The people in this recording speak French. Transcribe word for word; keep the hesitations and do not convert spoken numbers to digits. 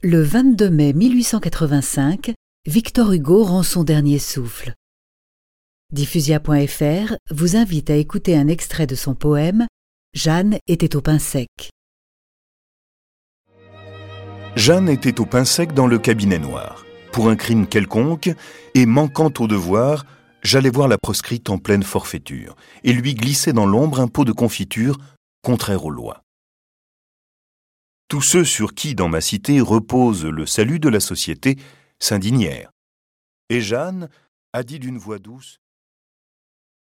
Le vingt-deux mai mille huit cent quatre-vingt-cinq, Victor Hugo rend son dernier souffle. Diffusia point F R vous invite à écouter un extrait de son poème « Jeanne était au pain sec ». Jeanne était au pain sec dans le cabinet noir. Pour un crime quelconque, et manquant au devoir, j'allais voir la proscrite en pleine forfaiture, et lui glisser dans l'ombre un pot de confiture contraire aux lois. Tous ceux sur qui, dans ma cité, repose le salut de la société, s'indignèrent. Et Jeanne a dit d'une voix douce